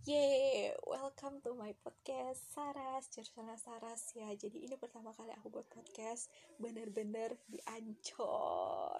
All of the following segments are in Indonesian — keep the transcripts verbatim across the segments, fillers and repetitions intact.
Yeay, welcome to my podcast Saras, Curcana Saras ya. Jadi ini pertama kali aku buat podcast, bener-bener diancor.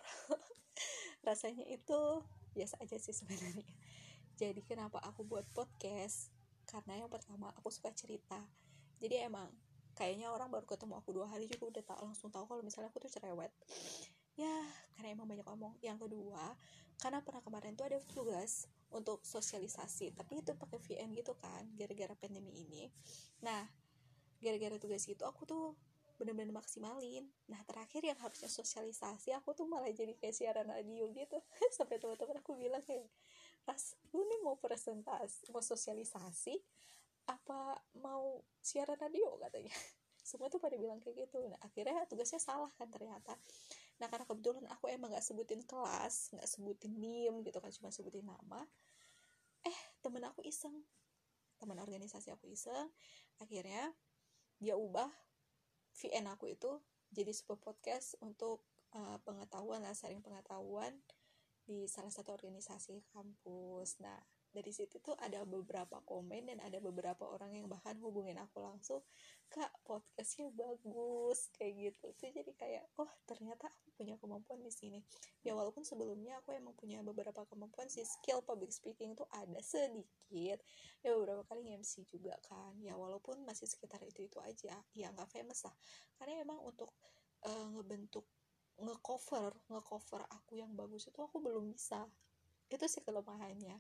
Rasanya itu biasa aja sih sebenarnya. Jadi kenapa aku buat podcast? Karena yang pertama aku suka cerita. Jadi emang kayaknya orang baru ketemu aku dua hari juga udah tak langsung tahu kalau misalnya aku tuh cerewet. Ya, karena emang banyak ngomong. Yang kedua, karena pernah kemarin tuh ada tugas untuk sosialisasi, tapi itu pakai V N gitu kan, gara-gara pandemi ini. Nah, gara-gara tugas itu aku tuh bener-bener maksimalin. Nah, terakhir yang harusnya sosialisasi, aku tuh malah jadi kayak siaran radio gitu. Sampai teman-teman aku bilang kayak, Ras, lu nih mau presentasi, mau sosialisasi, apa mau siaran radio katanya. Semua tuh pada bilang kayak gitu. Nah, akhirnya tugasnya salah kan ternyata. Nah, karena kebetulan aku emang gak sebutin kelas, gak sebutin nim gitu kan, cuma sebutin nama. Eh, temen aku iseng, temen organisasi aku iseng, akhirnya dia ubah V N aku itu jadi sebuah podcast untuk uh, pengetahuan lah, sharing pengetahuan di salah satu organisasi kampus. Nah, dari situ tuh ada beberapa komen dan ada beberapa orang yang bahkan hubungin aku langsung, Kak, podcastnya bagus kayak gitu. Itu jadi kayak, oh ternyata aku punya kemampuan di sini. Ya walaupun sebelumnya aku emang punya beberapa kemampuan sih, skill public speaking tuh ada sedikit. Ya beberapa kali M C juga kan. Ya walaupun masih sekitar itu-itu aja. Ya nggak famous lah. Karena emang untuk uh, ngebentuk ngecover ngecover aku yang bagus itu aku belum bisa. Itu sih kelemahannya.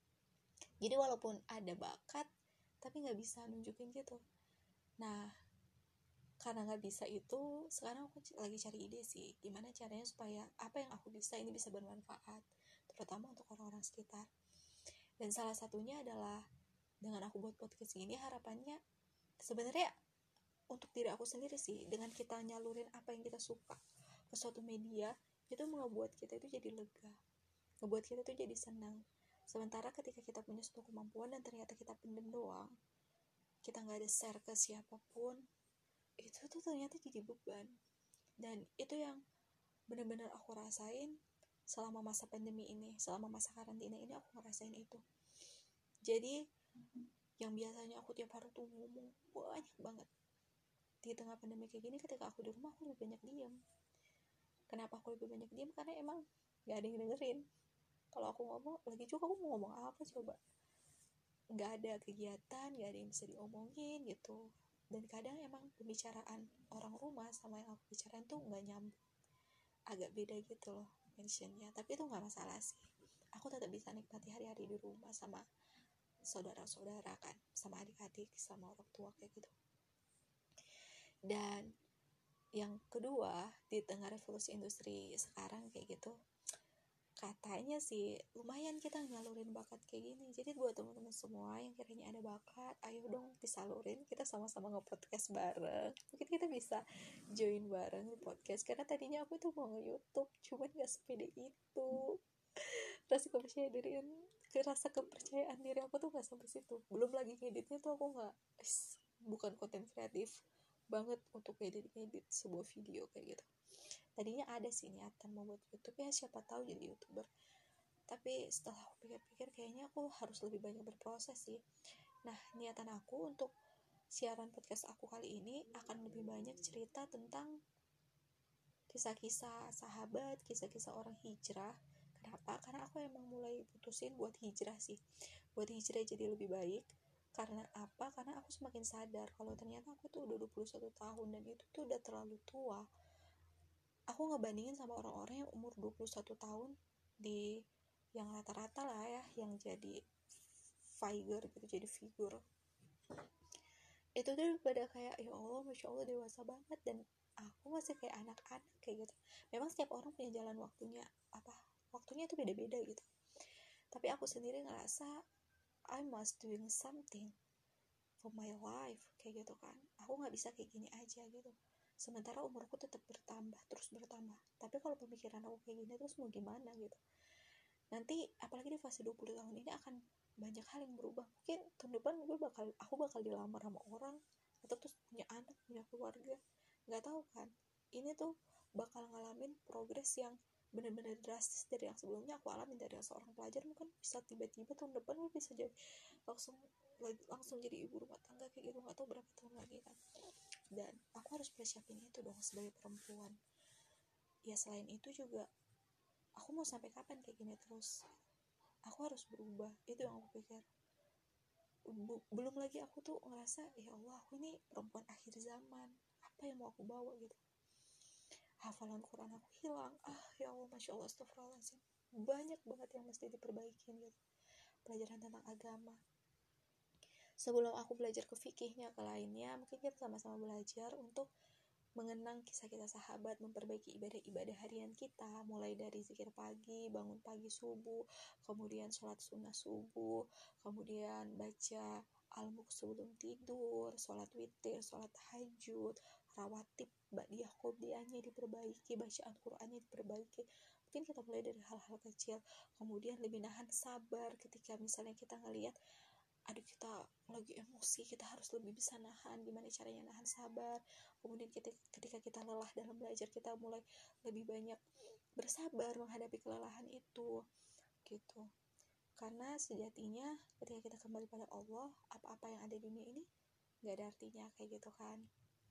Jadi walaupun ada bakat tapi nggak bisa nunjukin gitu. Nah, karena nggak bisa itu, sekarang aku lagi cari ide sih, gimana caranya supaya apa yang aku bisa ini bisa bermanfaat, terutama untuk orang-orang sekitar. Dan salah satunya adalah dengan aku buat podcast ini, harapannya sebenarnya untuk diri aku sendiri sih, dengan kita nyalurin apa yang kita suka ke suatu media, itu membuat kita itu jadi lega, ngebuat kita tuh jadi senang. Sementara ketika kita punya suatu kemampuan dan ternyata kita pendem doang, kita nggak ada share ke siapapun, itu tuh ternyata jadi beban. Dan itu yang benar-benar aku rasain selama masa pandemi ini, selama masa karantina ini aku ngerasain itu. Jadi yang biasanya aku tiap hari tuh ngomong banyak banget, di tengah pandemi kayak gini ketika aku di rumah aku lebih banyak diam. Kenapa aku lebih banyak diam? Karena emang gak ada yang dengerin. Kalau aku ngomong lagi juga, aku mau ngomong apa coba, nggak ada kegiatan, nggak ada yang bisa diomongin gitu. Dan kadang emang pembicaraan orang rumah sama yang aku bicarain tuh nggak nyambung, agak beda gitu loh mentionnya. Tapi itu nggak masalah sih, aku tetap bisa nikmati hari-hari di rumah sama saudara-saudara kan, sama adik-adik, sama orang tua kayak gitu. Dan yang kedua, di tengah revolusi industri sekarang kayak gitu, katanya sih lumayan kita nyalurin bakat kayak gini. Jadi buat teman-teman semua yang kiranya ada bakat, ayo dong disalurin, kita sama-sama nge-podcast bareng. Mungkin kita bisa join bareng di podcast, karena tadinya aku tuh mau nge-youtube, cuman gak sepede itu. Rasa kepercayaan diri, rasa kepercayaan diri aku tuh gak sampai situ. Belum lagi ngeditnya tuh aku gak, bukan konten kreatif banget untuk ngedit-ngedit sebuah video kayak gitu. Tadinya ada sih niatan mau buat YouTube, ya siapa tahu jadi YouTuber. Tapi setelah aku pikir-pikir, kayaknya aku harus lebih banyak berproses sih. Nah, niatan aku untuk siaran podcast aku kali ini akan lebih banyak cerita tentang kisah-kisah sahabat, kisah-kisah orang hijrah. Kenapa? Karena aku emang mulai putusin buat hijrah sih, buat hijrah jadi lebih baik. Karena apa? Karena aku semakin sadar kalau ternyata aku tuh udah dua puluh satu tahun, dan itu tuh udah terlalu tua. Aku ngebandingin sama orang-orang yang umur dua puluh satu tahun, di yang rata-rata lah ya, yang jadi figure gitu, jadi figur. Itu tuh pada kayak, ya Allah, Masya Allah dewasa banget, dan aku masih kayak anak-anak kayak gitu. Memang setiap orang punya jalan waktunya, apa, waktunya itu beda-beda gitu. Tapi aku sendiri ngerasa I must doing something for my life kayak gitu kan. Aku nggak bisa kayak gini aja gitu. Sementara umurku tetap bertambah, terus bertambah. Tapi kalau pemikiran aku kayak gini terus mau gimana gitu. Nanti apalagi di fase dua puluh tahun ini akan banyak hal yang berubah. Mungkin tahun depan gue bakal, aku bakal dilamar sama orang, atau terus punya anak, punya keluarga. Nggak tahu kan. Ini tuh bakal ngalamin progres yang benar-benar drastis dari yang sebelumnya aku alami. Dari yang seorang pelajar mungkin bisa tiba-tiba tahun depan gue bisa jadi langsung langsung jadi ibu rumah tangga kayak gitu, nggak tahu berapa tahun lagi kan. Dan aku harus persiapin itu dong sebagai perempuan. Ya selain itu juga aku mau sampai kapan kayak gini terus, aku harus berubah, itu yang aku pikir. Belum lagi aku tuh ngerasa ya Allah, aku ini perempuan akhir zaman, apa yang mau aku bawa gitu. Hafalan Quran aku hilang, ah ya Allah, masya Allah, astagfirullahaladzim, banyak banget yang mesti diperbaikin gitu. Pelajaran tentang agama, sebelum aku belajar ke fikihnya, ke lainnya, mungkin kita sama-sama belajar untuk mengenang kisah-kisah sahabat, memperbaiki ibadah-ibadah harian kita, mulai dari zikir pagi, bangun pagi subuh, kemudian sholat sunnah subuh, kemudian baca al-mulk sebelum tidur, sholat witir, sholat tahajud, rawatib, ba'diyah qobliyahnya diperbaiki, bacaan Qur'annya diperbaiki. Mungkin kita mulai dari hal-hal kecil, kemudian lebih nahan sabar ketika misalnya kita ngelihat aduh kita lagi emosi, kita harus lebih bisa nahan, gimana caranya nahan sabar. Kemudian kita, ketika kita lelah dalam belajar, kita mulai lebih banyak bersabar menghadapi kelelahan itu gitu. Karena sejatinya ketika kita kembali pada Allah, apa-apa yang ada di dunia ini gak ada artinya kayak gitu kan.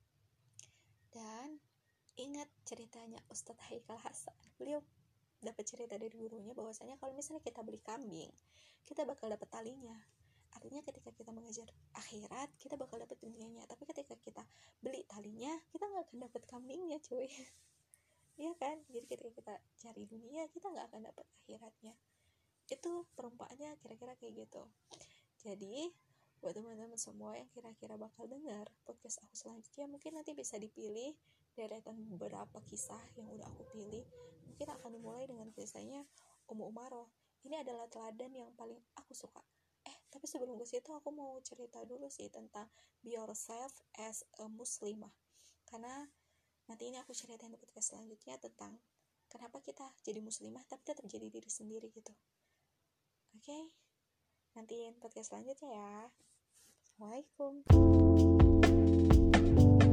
Dan ingat ceritanya Ustadz Haikal Hasan, beliau dapat cerita dari gurunya bahwasanya kalau misalnya kita beli kambing, kita bakal dapat talinya. Artinya ketika kita mengejar akhirat, kita bakal dapat dunianya. Tapi ketika kita beli talinya, kita nggak akan dapat kambingnya, cuy. Iya kan? Jadi ketika kita cari dunia, kita nggak akan dapat akhiratnya. Itu perumpamannya kira-kira kayak gitu. Jadi buat teman-teman semua yang kira-kira bakal dengar podcast aku selanjutnya, mungkin nanti bisa dipilih deretan beberapa kisah yang udah aku pilih. Mungkin akan dimulai dengan kisahnya Ummu Umaroh. Ini adalah teladan yang paling aku suka. Tapi sebelum ke situ aku mau cerita dulu sih tentang be yourself as a muslimah. Karena nanti ini aku ceritain di podcast selanjutnya tentang kenapa kita jadi muslimah tapi tetap jadi diri sendiri gitu. Oke, okay? Nantiin podcast selanjutnya ya. Assalamualaikum.